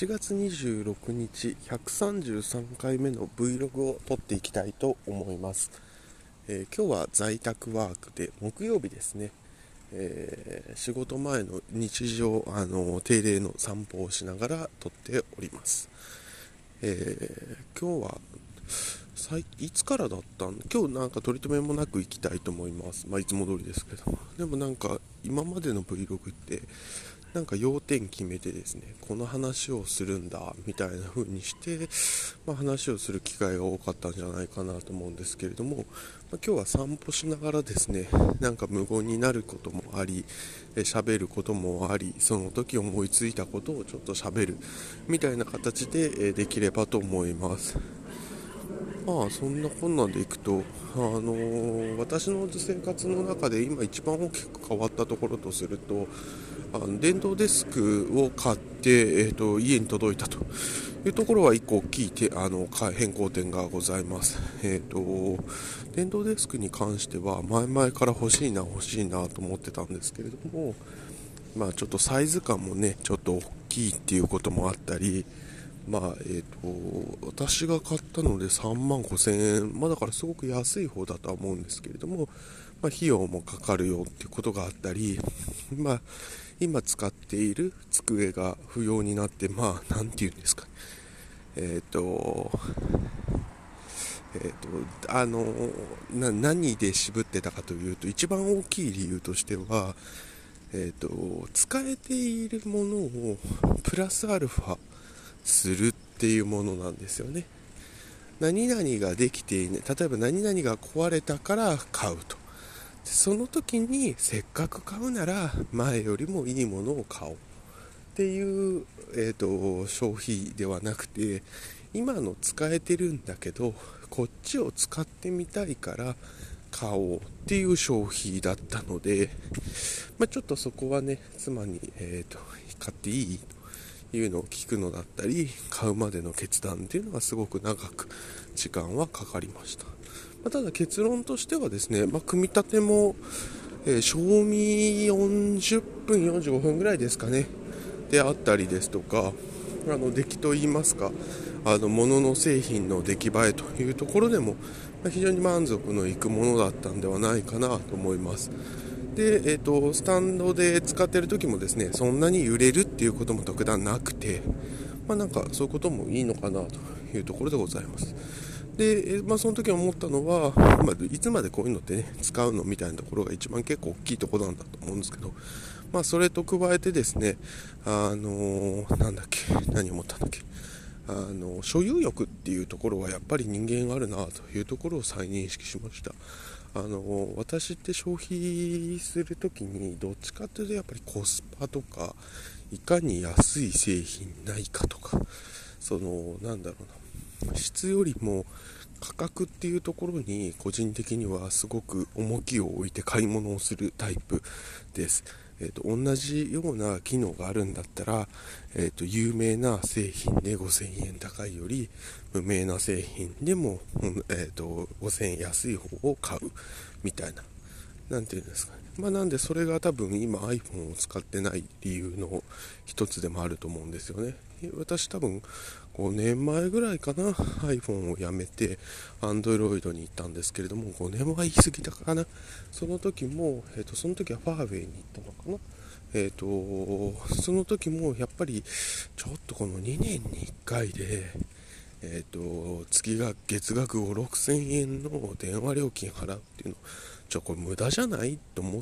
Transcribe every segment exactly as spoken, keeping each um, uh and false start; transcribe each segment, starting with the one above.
ちがつにじゅうろくにち、ひゃくさんじゅうさんかいめの Vlog を撮っていきたいと思います。えー、今日は在宅ワークで木曜日ですね。えー、仕事前の日常、あの定例の散歩をしながら撮っております。えー、今日はいつからだったん今日なんか取り留めもなく行きたいと思います。まあいつも通りですけど、でもなんか今までの Vlog ってなんか要点決めてですね、この話をするんだみたいな風にして、まあ、話をする機会が多かったんじゃないかなと思うんですけれども、まあ、今日は散歩しながらですね、なんか無言になることもあり、喋ることもあり、その時思いついたことをちょっと喋るみたいな形でできればと思います。まあそんなこんなんでいくと、あのー、私の生活の中で今一番大きく変わったところとすると、あの電動デスクを買って、えー、と家に届いたというところはいっこ大きいてあの変更点がございます。えー、と電動デスクに関しては前々から欲しいな欲しいなと思ってたんですけれども、まあちょっとサイズ感もねちょっと大きいっていうこともあったり、まあえー、と私が買ったのでさんまんごせんえん、まあ、だからすごく安い方だとは思うんですけれども、まあ、費用もかかるよっていうことがあったり、まあ、今使っている机が不要になって、まあなんていうんですかね、えっ、ー、とえっ、ー、とあのな何で渋ってたかというと、一番大きい理由としては、えっ、ー、と使えているものをプラスアルファするっていうものなんですよね。何々ができていない、例えば何々が壊れたから買うと、その時にせっかく買うなら前よりもいいものを買おうっていう、えーと、消費ではなくて、今の使えてるんだけどこっちを使ってみたいから買おうっていう消費だったので、まあ、ちょっとそこはね妻に、えーと、買っていいというのを聞くのだったり、買うまでの決断っていうのがすごく長く時間はかかりました。まあ、ただ結論としてはですね、まあ、組み立ても、えー、賞味よんじゅっぷんよんじゅうごふんぐらいですかねであったりですとか、あの出来といいますか、あの物の製品の出来栄えというところでも、まあ、非常に満足のいくものだったんではないかなと思います。で、えーと、スタンドで使っている時もですね、そんなに揺れるっていうことも特段なくて、まあ、なんかそういうこともいいのかなというところでございます。で、まあ、その時思ったのは、まあ、いつまでこういうのってね使うのみたいなところが一番結構大きいところなんだと思うんですけど、まあ、それと加えてですね、あのー、なんだっけ何を思ったんだっけあの所有欲っていうところはやっぱり人間があるなというところを再認識しました。あの私って消費するときにどっちかというとやっぱりコスパとか、いかに安い製品ないかとか、そのなんだろうな、質よりも価格っていうところに個人的にはすごく重きを置いて買い物をするタイプです。えーと、同じような機能があるんだったら、えーと、有名な製品でごせんえん高いより無名な製品でも、えーと、ごせんえん安い方を買うみたいな、なんていうんですかね。まあ、なんでそれが多分今 iPhone を使ってない理由の一つでもあると思うんですよね。私多分ごねんまえぐらいかな iPhone をやめて Android に行ったんですけれども、ごねんは言い過ぎたかな。その時も、えーと、その時はファーウェイに行ったのかな。えーと、その時もやっぱりちょっとこのにねんにいっかいでえーと、月が月額ご、ろくせんえんの電話料金払うっていうの、ちょこれ無駄じゃないと思って、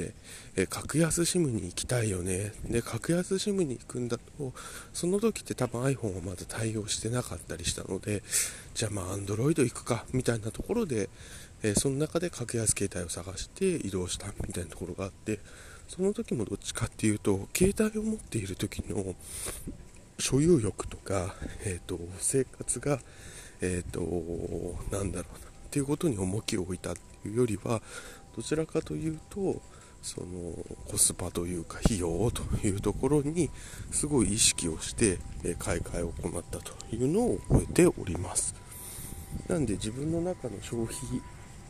えー、格安 SIM に行きたいよね。で格安 SIM に行くんだと、その時って多分 iPhone はまだ対応してなかったりしたので、じゃあまあ Android 行くかみたいなところで、えー、その中で格安携帯を探して移動したみたいなところがあって、その時もどっちかっていうと携帯を持っている時の所有欲とか、えーと、生活が、えーと、なんだろうなっていうことに重きを置いたっていうよりは、どちらかというとそのコスパというか費用というところにすごい意識をして、えー、買い替えを行ったというのを覚えております。なんで自分の中の消費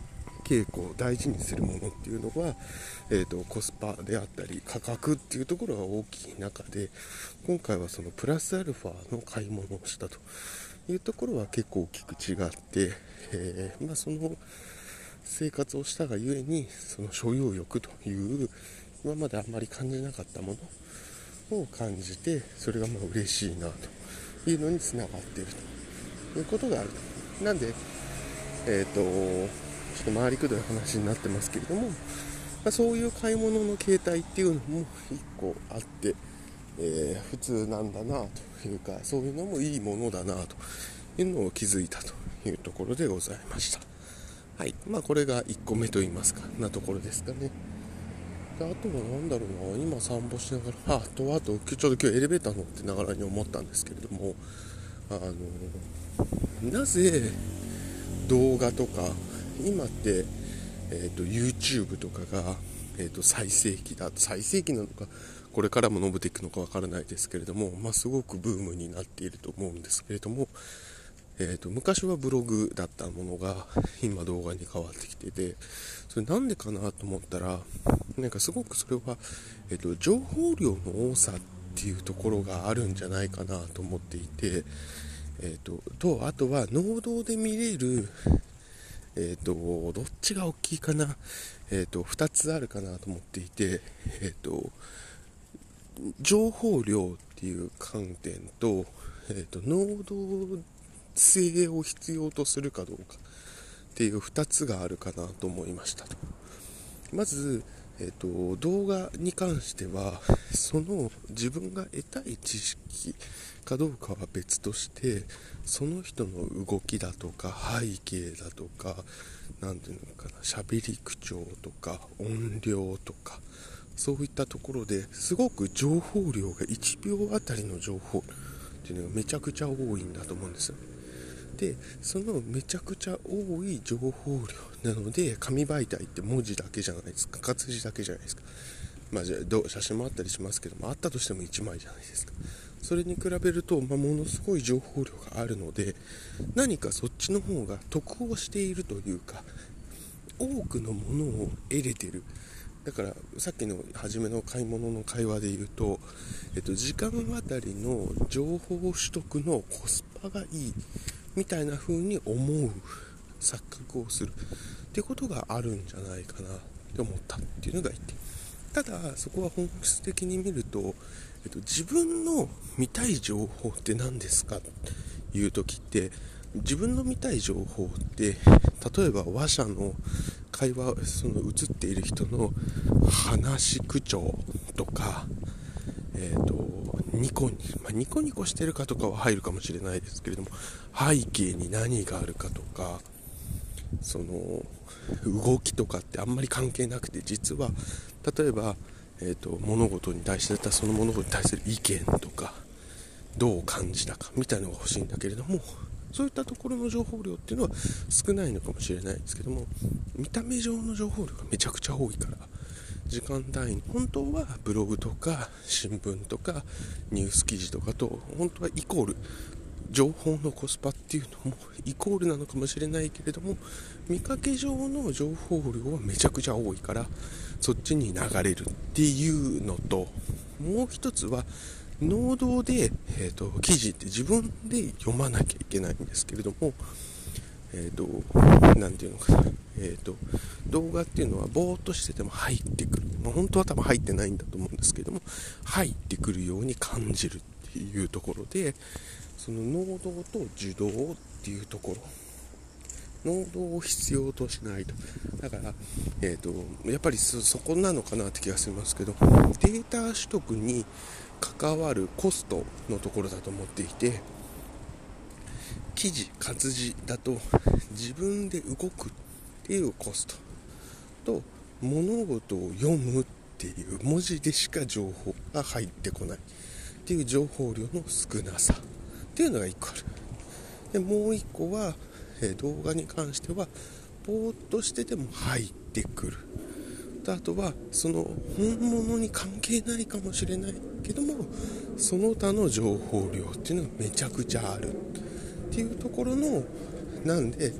傾向大事にするものっていうのは、えーと、コスパであったり価格っていうところが大きい中で、今回はそのプラスアルファの買い物をしたというところは結構大きく違って、えーまあ、その生活をしたがゆえにその所有欲という今まであんまり感じなかったものを感じて、それがまあ嬉しいなというのにつながっているということがある。なんで、えーと、ちょっと回りくどい話になってますけれども、まあ、そういう買い物の形態っていうのも一個あって、えー、普通なんだなというか、そういうのもいいものだなというのを気づいたというところでございました。はい、まあこれがいっこめと言いますかなところですかね。であとは何だろうな、今散歩しながら、あとあとちょうど今日エレベーター乗ってながらに思ったんですけれども、あのなぜ動画とか今って、えーと、YouTube とかが、えーと、最盛期だ最盛期なのかこれからも伸びていくのかわからないですけれども、まあ、すごくブームになっていると思うんですけれども、えーと、昔はブログだったものが今動画に変わってきてて、それなんでかなと思ったら、なんかすごくそれは、えーと、情報量の多さっていうところがあるんじゃないかなと思っていて、えーと、とあとは能動で見れる、えーと、どっちが大きいかな、えーと、ふたつあるかなと思っていて、えーと、情報量っていう観点と、えーと、能動性を必要とするかどうかっていうふたつがあるかなと思いましたと。まず、えーと、動画に関してはその自分が得たい知識かどうかは別として、その人の動きだとか背景だとか、なんていうのかな、喋り口調とか音量とか、そういったところですごく情報量がいちびょうあたりの情報っていうのがめちゃくちゃ多いんだと思うんですよ。でそのめちゃくちゃ多い情報量なので、紙媒体って文字だけじゃないですか、活字だけじゃないですか。まあじゃあ写真もあったりしますけども、あったとしてもいちまいじゃないですか。それに比べると、まあ、ものすごい情報量があるので、何かそっちの方が得をしているというか、多くのものを得れてる。だからさっきの初めの買い物の会話で言うと、えっと、時間あたりの情報取得のコスパがいいみたいな風に思う錯覚をするってことがあるんじゃないかなって思ったっていうのがいって、ただそこは本質的に見ると、えっと、自分の見たい情報って何ですかっていう時って、自分の見たい情報って例えば話者の会話、その映っている人の話口調とか、えーとニコニ、まあ、ニコニコしてるかとかは入るかもしれないですけれども、背景に何があるかとか、その動きとかってあんまり関係なくて、実は例えば、えーと物事に対してだったらその物事に対する意見とかどう感じたかみたいなのが欲しいんだけれども、そういったところの情報量っていうのは少ないのかもしれないですけども、見た目上の情報量がめちゃくちゃ多いから、時間単位、本当はブログとか新聞とかニュース記事とかと本当はイコール、情報のコスパっていうのもイコールなのかもしれないけれども、見かけ上の情報量はめちゃくちゃ多いからそっちに流れるっていうのと、もう一つは能動で、えーと、記事って自分で読まなきゃいけないんですけれども、えーと、なんていうのかな、えーと、動画っていうのはぼーっとしてても入ってくる、まあ、本当は多分入ってないんだと思うんですけれども、入ってくるように感じるっていうところで、その能動と受動っていうところ、能動を必要としないと。だから、えーと、やっぱり そ, そこなのかなって気がしますけど、データ取得に関わるコストのところだと思っていて、記事、活字だと自分で動くっていうコストと、物事を読むっていう文字でしか情報が入ってこないっていう情報量の少なさっていうのがいっこある。でもういっこは、えー、動画に関してはぼーっとしてても入ってくる。あとはその本物に関係ないかもしれないけども、その他の情報量っていうのがめちゃくちゃあるっていうところの、なんで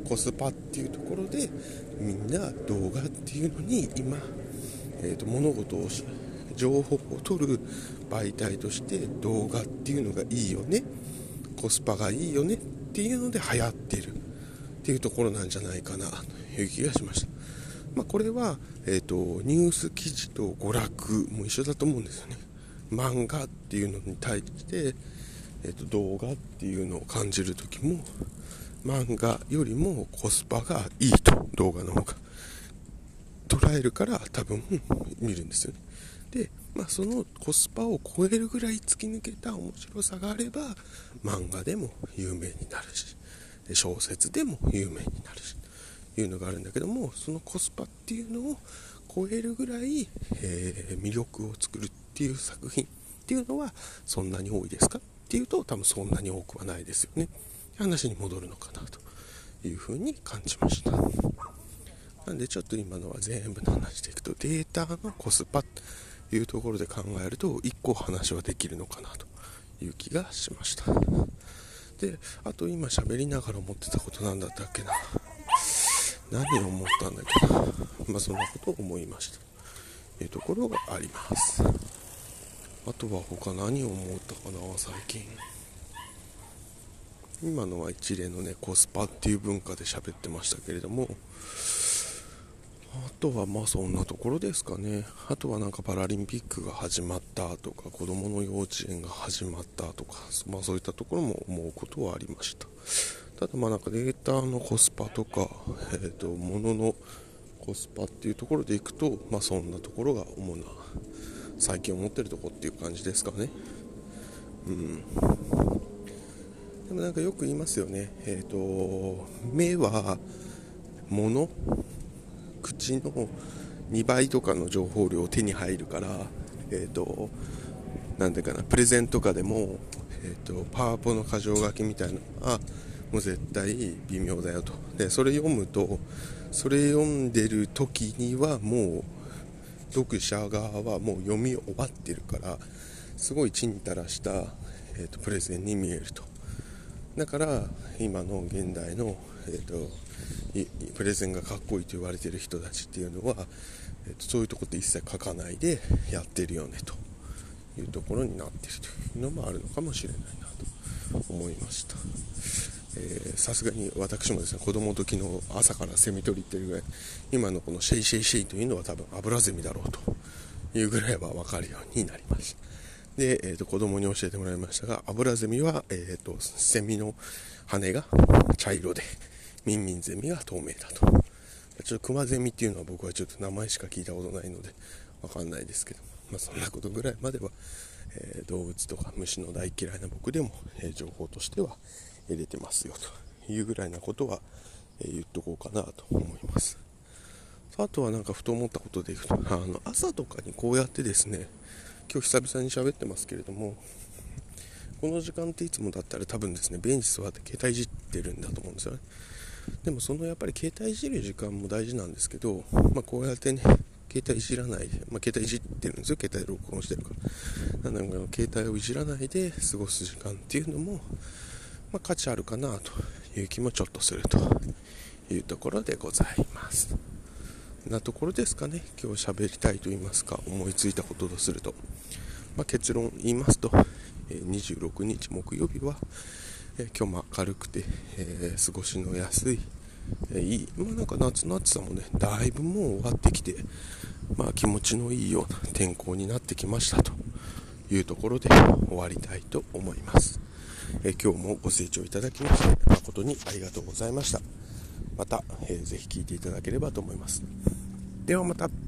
コスパっていうところでみんな動画っていうのに今、えー、と物事を情報を取る媒体として動画っていうのがいいよね、コスパがいいよねっていうので流行っているっていうところなんじゃないかなという気がしました。まあ、これは、えー、とニュース記事と娯楽も一緒だと思うんですよね。漫画っていうのに対して、えー、と動画っていうのを感じるときも漫画よりもコスパがいいと動画の方が捉えるから多分見るんですよね。で、まあ、そのコスパを超えるぐらい突き抜けた面白さがあれば漫画でも有名になるし小説でも有名になるしというのがあるんだけども、そのコスパっていうのを超えるぐらい、えー、魅力を作るっていう作品っていうのはそんなに多いですかっていうと多分そんなに多くはないですよね。話に戻るのかなというふうに感じました。なんでちょっと今のは全部の話でいくとデータのコスパというところで考えるといっこ話はできるのかなという気がしました。で、あと今喋りながら思ってたことなんだったっけな、何を思ったんだっけな、まあそんなことを思いましたというところがあります。あとは他何を思ったかな最近。今のは一連のねコスパっていう文化で喋ってましたけれども、あとはまあそんなところですかね。あとはなんかパラリンピックが始まったとか子どもの幼稚園が始まったとか、まあそういったところも思うことはありました。ただまあなんかデータのコスパとか、えーと物のコスパっていうところでいくと、まあそんなところが主な最近思ってるところっていう感じですかね。うん。でもなんかよく言いますよね。えっと目は物、口のにばいとかの情報量手に入るから、えっとなんでかな、プレゼンとかでも、えっとパワポの箇条書きみたいなのはもう絶対微妙だよと。でそれ読むと、それ読んでる時にはもう読者側はもう読み終わってるから、すごいちんたらした、えーとプレゼンに見えると。だから今の現代の、えーとプレゼンがかっこいいと言われている人たちっていうのは、えーとそういうとこって一切書かないでやってるよねというところになっているというのもあるのかもしれないなと思いました。さすがに私もですね、子供の時の朝からセミ取りっていうぐらい、今のこのシェイシェイシェイというのは多分アブラゼミだろうというぐらいは分かるようになりました。で、えー、と子供に教えてもらいましたが、アブラゼミは、えー、とセミの羽が茶色で、ミンミンゼミが透明だと。ちょっとクマゼミっていうのは僕はちょっと名前しか聞いたことないので分かんないですけど、まあ、そんなことぐらいまでは、えー、動物とか虫の大嫌いな僕でも、えー、情報としては入れてますよというぐらいなことは、えー、言っとこうかなと思います。あとはなんかふと思ったことで言うと、あの朝とかにこうやってですね、今日久々に喋ってますけれども、この時間っていつもだったら多分ですね、ベンチ座って携帯いじってるんだと思うんですよね。でもそのやっぱり携帯いじる時間も大事なんですけど、まあ、こうやってね携帯いじらないで、まあ、携帯いじってるんですよ、携帯で録音してるから。なんか携帯をいじらないで過ごす時間っていうのも、まあ、価値あるかなという気もちょっとするというところでございます。なところですかね。今日喋りたいと言いますか、思いついたこととすると、まあ、結論言いますと、にじゅうろくにち木曜日は、え今日も明るくて、えー、過ごしの安い、えー、いい、まあ、なんか夏の暑さもねだいぶもう終わってきて、まあ、気持ちのいいような天候になってきましたというところで終わりたいと思います。えー、今日もご清聴いただきまして誠にありがとうございました。また、えー、ぜひ聞いていただければと思います。ではまた。